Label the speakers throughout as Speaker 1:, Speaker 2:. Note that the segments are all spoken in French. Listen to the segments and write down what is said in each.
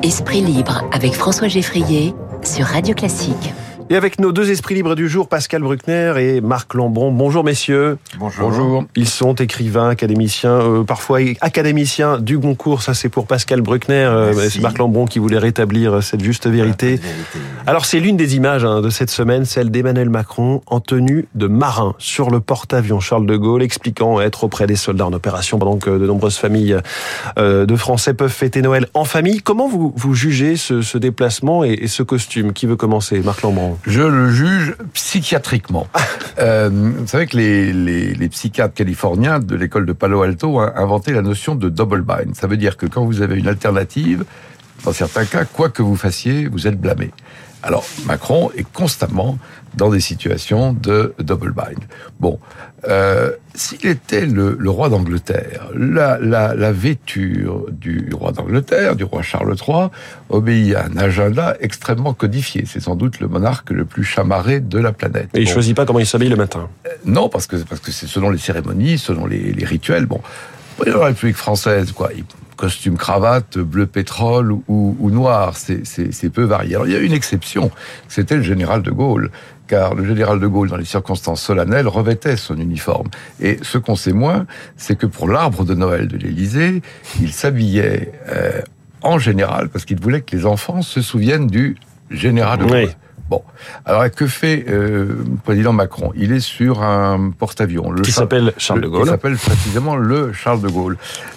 Speaker 1: Esprit libre avec François Geffrier sur Radio Classique.
Speaker 2: Et avec nos deux esprits libres du jour, Pascal Bruckner et Marc Lambron. Bonjour messieurs.
Speaker 3: Bonjour.
Speaker 2: Ils sont écrivains, académiciens, parfois académiciens du Goncourt. Ça c'est pour Pascal Bruckner. C'est Marc Lambron qui voulait rétablir cette juste vérité. Alors c'est l'une des images de cette semaine, celle d'Emmanuel Macron en tenue de marin sur le porte-avions Charles de Gaulle, expliquant être auprès des soldats en opération pendant que de nombreuses familles de Français peuvent fêter Noël en famille. Comment vous jugez ce déplacement et ce costume? Qui veut commencer? Marc Lambron.
Speaker 3: Je le juge psychiatriquement. Vous savez que les psychiatres californiens de l'école de Palo Alto ont inventé la notion de double bind. Ça veut dire que quand vous avez une alternative, dans certains cas, quoi que vous fassiez, vous êtes blâmé. Alors, Macron est constamment dans des situations de double bind. Bon, s'il était le roi d'Angleterre, la vêture du roi d'Angleterre, du roi Charles III, obéit à un agenda extrêmement codifié. C'est sans doute le monarque le plus chamarré de la planète.
Speaker 2: Et il choisit pas comment il s'habille le matin.
Speaker 3: Non, parce que c'est selon les cérémonies, selon les rituels. Bon, dans la République française, costume cravate, bleu pétrole ou noir, c'est peu varié. Alors il y a une exception, c'était le général de Gaulle, car le général de Gaulle, dans les circonstances solennelles, revêtait son uniforme. Et ce qu'on sait moins, c'est que pour l'arbre de Noël de l'Élysée, il s'habillait en général, parce qu'il voulait que les enfants se souviennent du général de Gaulle. Oui. Bon, alors que fait le président Macron? Il est sur un porte-avions.
Speaker 2: Qui s'appelle Charles de Gaulle.
Speaker 3: Qui s'appelle précisément le Charles de Gaulle.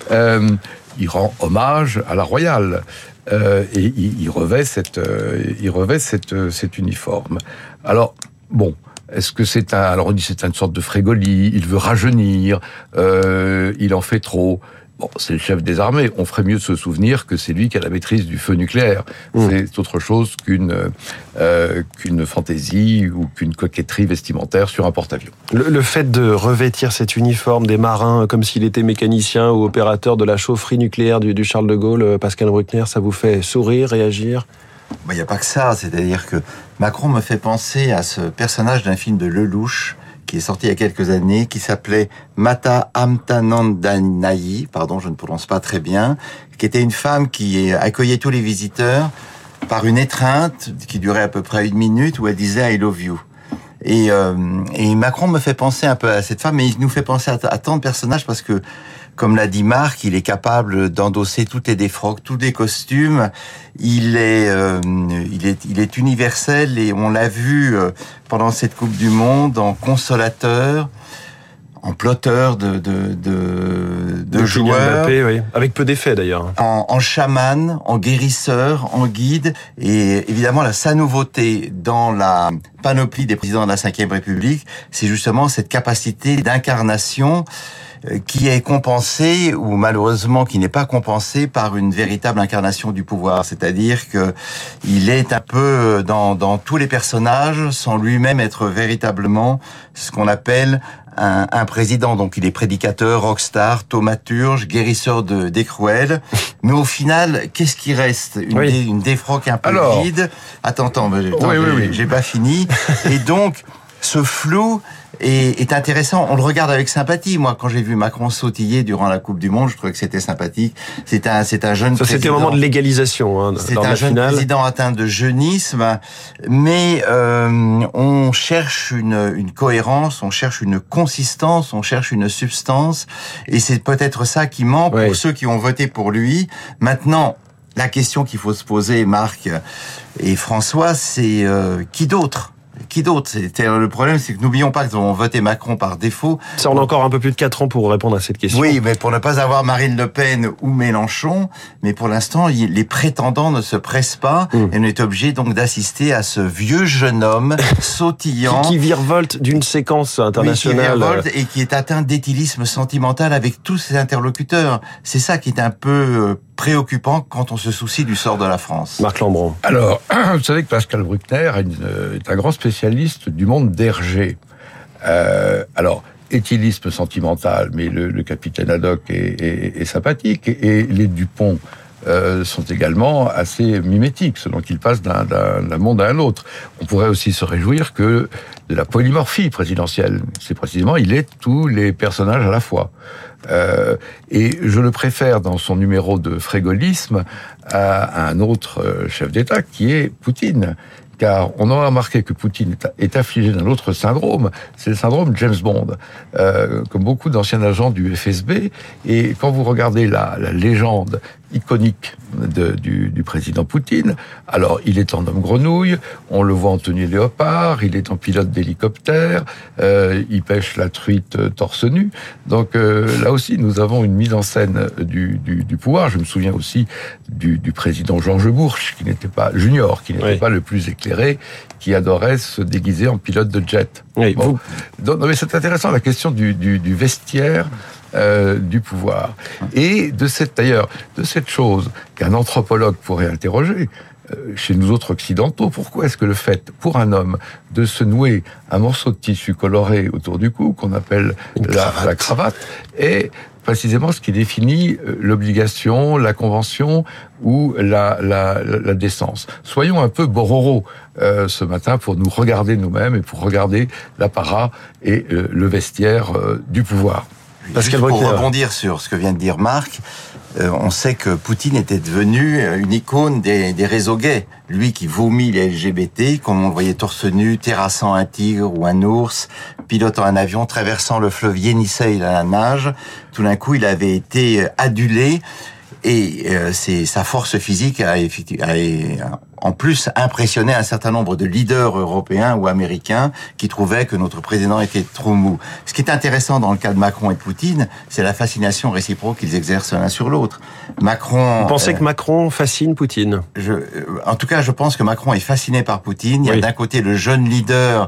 Speaker 3: Il rend hommage à la royale et il revêt cet uniforme. Alors bon, est-ce que alors on dit c'est une sorte de frégolie, il veut rajeunir, il en fait trop. Bon, c'est le chef des armées. On ferait mieux de se souvenir que c'est lui qui a la maîtrise du feu nucléaire. C'est autre chose qu'une fantaisie ou qu'une coquetterie vestimentaire sur un porte-avions.
Speaker 2: Le fait de revêtir cet uniforme des marins comme s'il était mécanicien ou opérateur de la chaufferie nucléaire du Charles de Gaulle, Pascal Bruckner, ça vous fait sourire, réagir?
Speaker 4: Il n'y a pas que ça. C'est-à-dire que Macron me fait penser à ce personnage d'un film de Lelouch qui est sorti il y a quelques années, qui s'appelait Mata Amtanandanayi, pardon, je ne prononce pas très bien, qui était une femme qui accueillait tous les visiteurs par une étreinte qui durait à peu près 1 minute où elle disait I love you. Et Macron me fait penser un peu à cette femme, mais il nous fait penser à tant de personnages parce que, comme l'a dit Marc, il est capable d'endosser toutes les défroques, tous les costumes. Il est universel et on l'a vu pendant cette Coupe du Monde en consolateur, en plotteur de joueurs,
Speaker 2: Mbappé, oui. Avec peu d'effet d'ailleurs.
Speaker 4: En chaman, en guérisseur, en guide, et évidemment sa nouveauté dans la panoplie des présidents de la Ve République, c'est justement cette capacité d'incarnation qui est compensée, ou malheureusement qui n'est pas compensée par une véritable incarnation du pouvoir. C'est-à-dire que il est un peu dans tous les personnages, sans lui-même être véritablement ce qu'on appelle un président. Donc il est prédicateur, rockstar, thaumaturge, guérisseur d'écrouelles. Mais au final, qu'est-ce qui reste? Une défroque un peu vide. Attends, j'ai pas fini. Et donc, ce flou est intéressant. On le regarde avec sympathie. Moi, quand j'ai vu Macron sautiller durant la Coupe du Monde, je trouvais que c'était sympathique. C'est un jeune président.
Speaker 2: C'était un moment de légalisation.
Speaker 4: C'est un jeune président atteint de jeunisme, mais on cherche une cohérence, on cherche une consistance, on cherche une substance, et c'est peut-être ça qui manque pour ceux qui ont voté pour lui. Maintenant, la question qu'il faut se poser, Marc et François, c'est qui d'autre? Le problème, c'est que n'oublions pas que nous avons voté Macron par défaut.
Speaker 2: Ça, on a encore un peu plus de 4 ans pour répondre à cette question.
Speaker 4: Oui, mais pour ne pas avoir Marine Le Pen ou Mélenchon. Mais pour l'instant, les prétendants ne se pressent pas. Et on est obligé donc d'assister à ce vieux jeune homme sautillant.
Speaker 2: Qui virevolte d'une séquence internationale.
Speaker 4: Qui virevolte et qui est atteint d'éthylisme sentimental avec tous ses interlocuteurs. C'est ça qui est un peu préoccupant quand on se soucie du sort de la France.
Speaker 2: Marc Lambron.
Speaker 3: Alors, vous savez que Pascal Bruckner est un grand spécialiste du monde d'Hergé. Alors, éthylisme sentimental, mais le capitaine Haddock est sympathique, et les Dupont sont également assez mimétiques, selon qu'ils passent d'un monde à un autre. On pourrait aussi se réjouir que de la polymorphie présidentielle. C'est précisément, il est tous les personnages à la fois. Et je le préfère dans son numéro de frégolisme à un autre chef d'État qui est Poutine. Car on aura remarqué que Poutine est affligé d'un autre syndrome, c'est le syndrome James Bond, comme beaucoup d'anciens agents du FSB. Et quand vous regardez la légende iconique du président Poutine, alors il est en homme grenouille, on le voit en tenue léopard, il est en pilote d'hélicoptère, il pêche la truite torse nu. Donc là aussi, nous avons une mise en scène du pouvoir. Je me souviens aussi du président Georges Bush, qui n'était pas pas le plus éclairé, qui adorait se déguiser en pilote de jet.
Speaker 2: Oui,
Speaker 3: bon. Donc, mais c'est intéressant la question du vestiaire du pouvoir. Et de cette chose qu'un anthropologue pourrait interroger, chez nous autres occidentaux, pourquoi est-ce que le fait, pour un homme, de se nouer un morceau de tissu coloré autour du cou, qu'on appelle la cravate, est précisément ce qui définit l'obligation, la convention ou la décence. Soyons un peu Bororo ce matin pour nous regarder nous-mêmes et pour regarder l'apparat et le vestiaire du pouvoir.
Speaker 4: Pascal Bruckner. Pour rebondir sur ce que vient de dire Marc, on sait que Poutine était devenu une icône des réseaux gays. Lui qui vomit les LGBT, comme on le voyait torse nu, terrassant un tigre ou un ours, pilotant un avion, traversant le fleuve Yenisseï à la nage. Tout d'un coup, il avait été adulé. Et sa force physique a en plus impressionné un certain nombre de leaders européens ou américains qui trouvaient que notre président était trop mou. Ce qui est intéressant dans le cas de Macron et de Poutine, c'est la fascination réciproque qu'ils exercent l'un sur l'autre. Macron.
Speaker 2: Vous pensez que Macron fascine Poutine ?
Speaker 4: En tout cas, je pense que Macron est fasciné par Poutine. Il y a d'un côté le jeune leader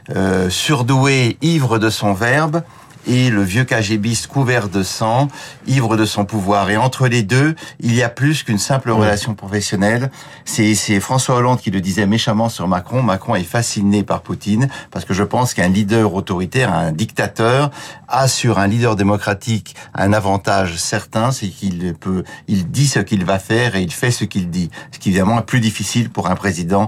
Speaker 4: surdoué, ivre de son verbe, et le vieux KGBiste couvert de sang, ivre de son pouvoir. Et entre les deux, il y a plus qu'une simple relation professionnelle. C'est François Hollande qui le disait méchamment sur Macron. Macron est fasciné par Poutine, parce que je pense qu'un leader autoritaire, un dictateur, a sur un leader démocratique un avantage certain, c'est il dit ce qu'il va faire et il fait ce qu'il dit. Ce qui évidemment est plus difficile pour un président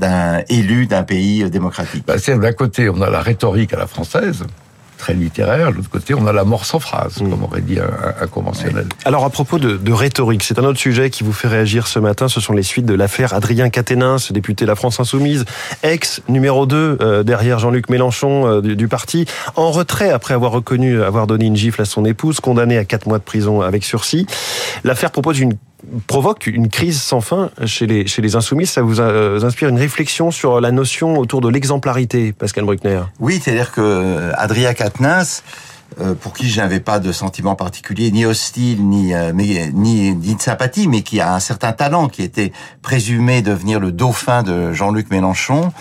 Speaker 4: élu d'un pays démocratique.
Speaker 3: C'est d'un côté, on a la rhétorique à la française, très littéraire, de l'autre côté, on a la mort sans phrase, comme aurait dit un conventionnel.
Speaker 2: Alors, à propos de rhétorique, c'est un autre sujet qui vous fait réagir ce matin, ce sont les suites de l'affaire Adrien Quatennens, député de la France Insoumise, numéro 2 derrière Jean-Luc Mélenchon du parti, en retrait après avoir reconnu avoir donné une gifle à son épouse, condamné à 4 mois de prison avec sursis. L'affaire provoque une crise sans fin chez les Insoumis. Ça vous inspire une réflexion sur la notion autour de l'exemplarité, Pascal Bruckner?
Speaker 4: Oui, c'est-à-dire que Adrien Quatennens, pour qui je n'avais pas de sentiment particulier, ni hostile, ni de sympathie, mais qui a un certain talent, qui était présumé devenir le dauphin de Jean-Luc Mélenchon,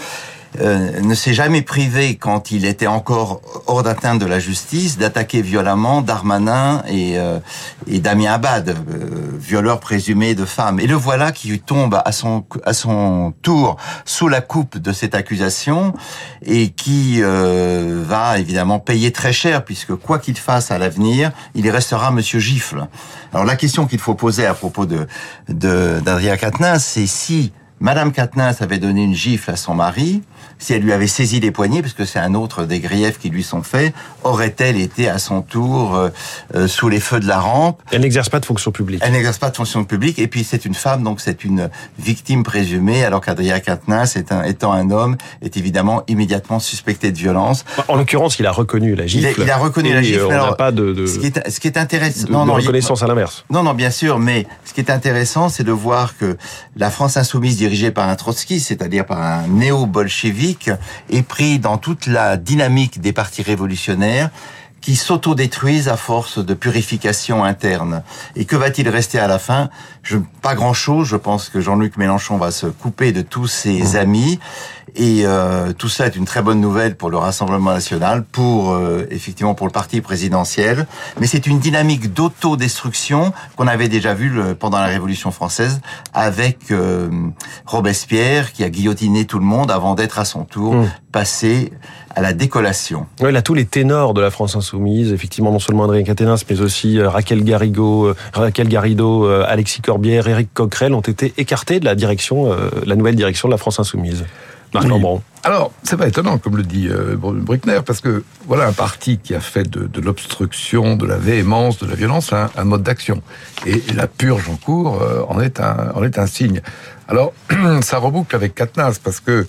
Speaker 4: ne s'est jamais privé, quand il était encore hors d'atteinte de la justice, d'attaquer violemment Darmanin et Damien Abad, violeurs présumés de femmes. Et le voilà qui tombe à son tour sous la coupe de cette accusation et qui va évidemment payer très cher, puisque quoi qu'il fasse à l'avenir, il y restera Monsieur Gifle. Alors la question qu'il faut poser à propos d'Adrien Quatennens, c'est si Madame Quatennens avait donné une gifle à son mari, si elle lui avait saisi les poignets, parce que c'est un autre des griefs qui lui sont faits, aurait-elle été à son tour sous les feux de la rampe?
Speaker 2: Elle n'exerce pas de fonction publique.
Speaker 4: Elle n'exerce pas de fonction publique, et puis c'est une femme, donc c'est une victime présumée, alors qu'Adrien Quatennens, étant un homme, est évidemment immédiatement suspecté de violence.
Speaker 2: En l'occurrence, il a reconnu la gifle.
Speaker 4: Il a reconnu la gifle.
Speaker 2: On n'a pas de
Speaker 4: ce qui est intéressant,
Speaker 2: de reconnaissance à l'inverse.
Speaker 4: Non, bien sûr, mais ce qui est intéressant, c'est de voir que la France insoumise dirigée par un trotskiste, c'est-à-dire par un néo-bolchevique, est pris dans toute la dynamique des partis révolutionnaires qui s'autodétruisent à force de purification interne. Et que va-t-il rester à la fin? Pas grand-chose. Je pense que Jean-Luc Mélenchon va se couper de tous ses amis. Et tout ça est une très bonne nouvelle pour le Rassemblement national, effectivement pour le parti présidentiel. Mais c'est une dynamique d'autodestruction qu'on avait déjà vue pendant la Révolution française avec Robespierre qui a guillotiné tout le monde avant d'être à son tour passé à la décollation.
Speaker 2: Oui, là, tous les ténors de la France insoumise, effectivement, non seulement Adrien Quatennens, mais aussi Raquel Garrido, Alexis Corbière, Éric Coquerel ont été écartés de la nouvelle direction de la France insoumise. Marc Lambron.
Speaker 3: Alors, c'est pas étonnant, comme le dit Bruckner, parce que voilà un parti qui a fait de l'obstruction, de la véhémence, de la violence un mode d'action. Et la purge en cours en est un signe. Alors, ça reboucle avec Quatennens, parce que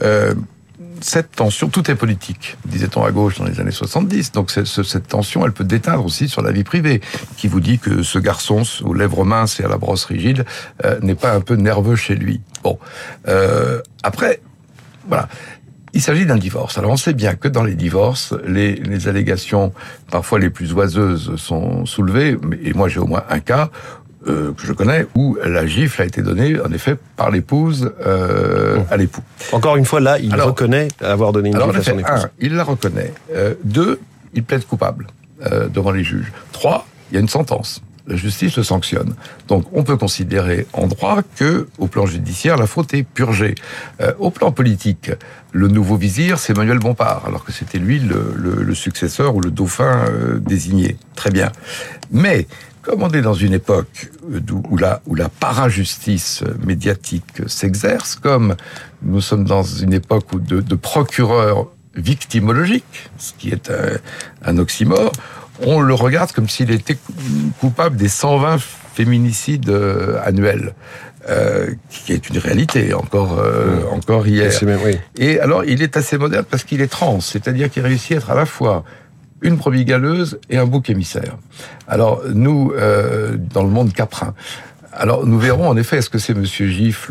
Speaker 3: cette tension, tout est politique, disait-on à gauche dans les années 70. Donc cette tension, elle peut déteindre aussi sur la vie privée. Qui vous dit que ce garçon aux lèvres minces et à la brosse rigide n'est pas un peu nerveux chez lui. Bon, après, voilà. Il s'agit d'un divorce. Alors on sait bien que dans les divorces, les allégations, parfois les plus oiseuses, sont soulevées. Et moi j'ai au moins un cas que je connais, où la gifle a été donnée, en effet, par l'épouse à l'époux.
Speaker 2: Encore une fois, là, il reconnaît avoir donné une gifle à son épouse.
Speaker 3: 1, il la reconnaît. 2, il plaide coupable devant les juges. 3, il y a une sentence. La justice le sanctionne. Donc, on peut considérer en droit que, au plan judiciaire, la faute est purgée. Au plan politique, le nouveau vizir, c'est Manuel Bompard, alors que c'était lui le successeur ou le dauphin désigné. Très bien. Mais comme on est dans une époque où la parajustice médiatique s'exerce, comme nous sommes dans une époque de procureurs victimologiques, ce qui est un oxymore, on le regarde comme s'il était coupable des 120 féminicides annuels, qui est une réalité encore hier. Et alors, il est assez moderne parce qu'il est trans, c'est-à-dire qu'il réussit à être à la fois une brebis galeuse et un bouc émissaire. Alors, nous, dans le monde caprin, alors nous verrons en effet, est-ce que c'est Monsieur Gifle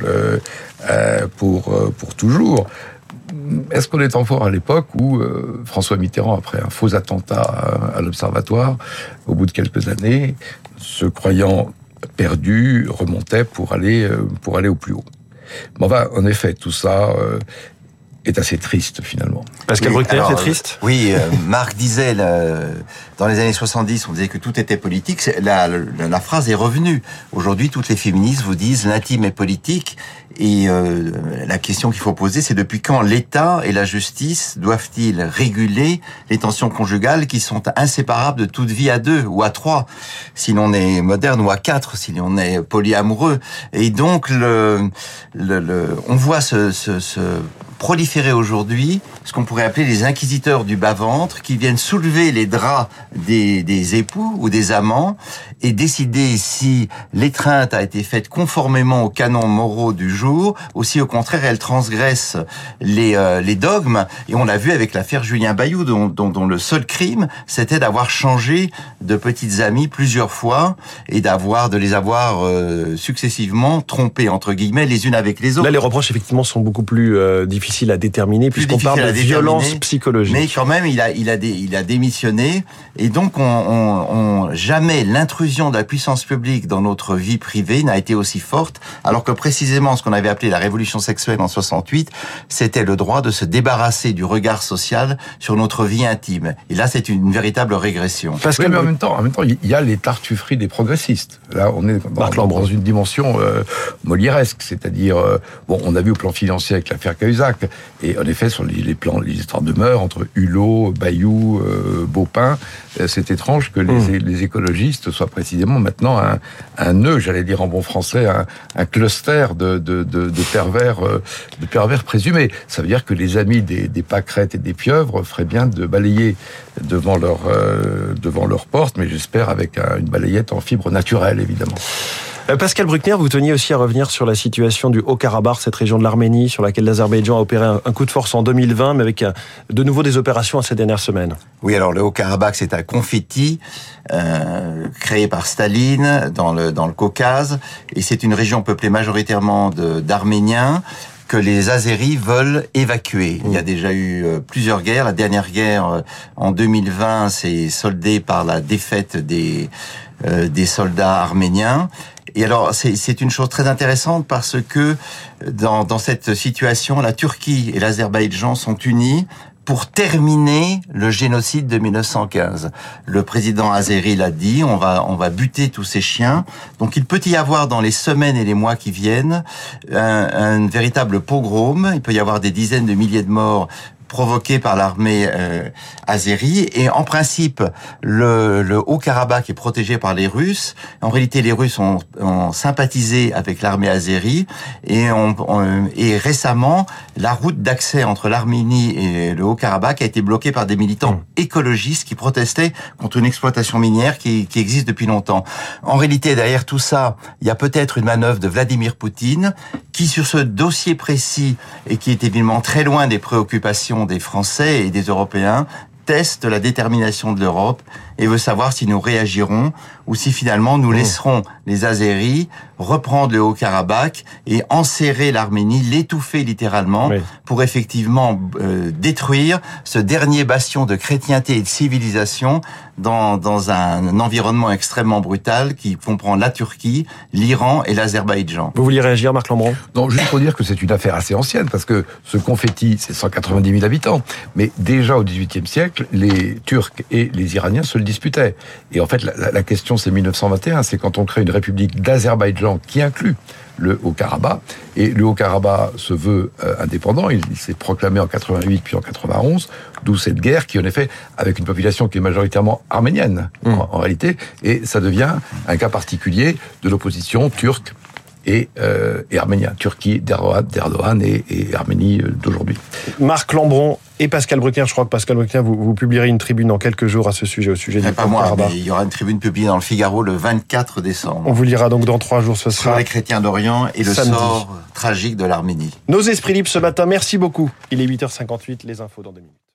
Speaker 3: pour toujours? Est-ce qu'on est encore à l'époque où François Mitterrand, après un faux attentat à l'Observatoire, au bout de quelques années, se croyant perdu, remontait pour aller au plus haut? Bon, enfin, en effet, tout ça est assez triste finalement.
Speaker 2: Pascal Bruckner, c'est triste.
Speaker 4: Oui, Marc disait dans les années 70, on disait que tout était politique. La phrase est revenue. Aujourd'hui, toutes les féministes vous disent l'intime est politique. Et la question qu'il faut poser, c'est depuis quand l'État et la justice doivent-ils réguler les tensions conjugales qui sont inséparables de toute vie à 2 ou à 3, si l'on est moderne, ou à 4, si l'on est polyamoureux. Et donc, on voit proliférer aujourd'hui ce qu'on pourrait appeler les inquisiteurs du bas-ventre, qui viennent soulever les draps des époux ou des amants et décider si l'étreinte a été faite conformément aux canons moraux du jour, ou si au contraire elle transgresse les dogmes. Et on l'a vu avec l'affaire Julien Bayou, dont le seul crime, c'était d'avoir changé de petites amies plusieurs fois et de les avoir successivement trompées, entre guillemets, les unes avec les autres.
Speaker 2: Là, les reproches, effectivement, sont beaucoup plus difficiles à déterminer, puisqu'on parle de violence psychologique.
Speaker 4: Mais quand même, il a démissionné, et donc jamais l'intrusion de la puissance publique dans notre vie privée n'a été aussi forte, alors que précisément ce qu'on avait appelé la révolution sexuelle en 68, c'était le droit de se débarrasser du regard social sur notre vie intime. Et là, c'est une véritable régression.
Speaker 3: Parce que, mais en même temps, il y a les tartufferies des progressistes. Là, on est dans une dimension molièresque, c'est-à-dire, on a vu au plan financier avec l'affaire Cahuzac, et en effet, sur les histoires de mœurs entre Hulot, Bayou, Baupin, c'est étrange que les écologistes soient précisément maintenant un nœud, j'allais dire en bon français, un cluster de pervers présumés. Ça veut dire que les amis des pâquerettes et des pieuvres feraient bien de balayer devant leur porte, mais j'espère avec une balayette en fibre naturelle, évidemment.
Speaker 2: Pascal Bruckner, vous teniez aussi à revenir sur la situation du Haut-Karabakh, cette région de l'Arménie, sur laquelle l'Azerbaïdjan a opéré un coup de force en 2020, mais avec de nouveau des opérations ces dernières semaines.
Speaker 4: Oui, alors le Haut-Karabakh, c'est un confetti créé par Staline dans le Caucase, et c'est une région peuplée majoritairement d'Arméniens que les Azéris veulent évacuer. Il y a déjà eu plusieurs guerres. La dernière guerre, en 2020, s'est soldée par la défaite des soldats arméniens. Et alors, c'est une chose très intéressante parce que dans cette situation, la Turquie et l'Azerbaïdjan sont unis pour terminer le génocide de 1915. Le président azéri l'a dit, on va buter tous ces chiens. Donc il peut y avoir dans les semaines et les mois qui viennent un véritable pogrom. Il peut y avoir des dizaines de milliers de morts provoqués par l'armée azérie. Et en principe, le Haut-Karabakh est protégé par les Russes. En réalité, les Russes ont sympathisé avec l'armée azérie. Et récemment, la route d'accès entre l'Arménie et le Haut-Karabakh a été bloquée par des militants écologistes qui protestaient contre une exploitation minière qui existe depuis longtemps. En réalité, derrière tout ça, il y a peut-être une manœuvre de Vladimir Poutine qui, sur ce dossier précis et qui est évidemment très loin des préoccupations des Français et des Européens, teste la détermination de l'Europe et veut savoir si nous réagirons ou si finalement nous laisserons les Azéris reprendre le Haut-Karabakh et enserrer l'Arménie, l'étouffer littéralement pour effectivement détruire ce dernier bastion de chrétienté et de civilisation dans un environnement extrêmement brutal qui comprend la Turquie, l'Iran et l'Azerbaïdjan.
Speaker 2: Vous vouliez réagir, Marc Lambron ?
Speaker 3: Non, juste pour dire que c'est une affaire assez ancienne, parce que ce confetti, c'est 190 000 habitants. Mais déjà au XVIIIe siècle, les Turcs et les Iraniens se le disputaient. Et en fait, la question, c'est 1921, c'est quand on crée une république d'Azerbaïdjan qui inclut le Haut-Karabakh. Et le Haut-Karabakh se veut indépendant. Il s'est proclamé en 88 puis en 91, d'où cette guerre qui, en effet, avec une population qui est majoritairement arménienne, en réalité. Et ça devient un cas particulier de l'opposition turque et arménien. Turquie d'Erdogan et Arménie d'aujourd'hui.
Speaker 2: Marc Lambron et Pascal Bruckner, je crois que Pascal Bruckner, vous publierez une tribune dans quelques jours à ce sujet, au sujet du
Speaker 4: Haut-Karabakh. Il y aura une tribune publiée dans le Figaro le 24 décembre.
Speaker 2: On vous lira donc dans 3 jours, ce sera
Speaker 4: sur les chrétiens d'Orient et le sort tragique de l'Arménie.
Speaker 2: Nos esprits libres ce matin, merci beaucoup. Il est 8h58, les infos dans 2 minutes.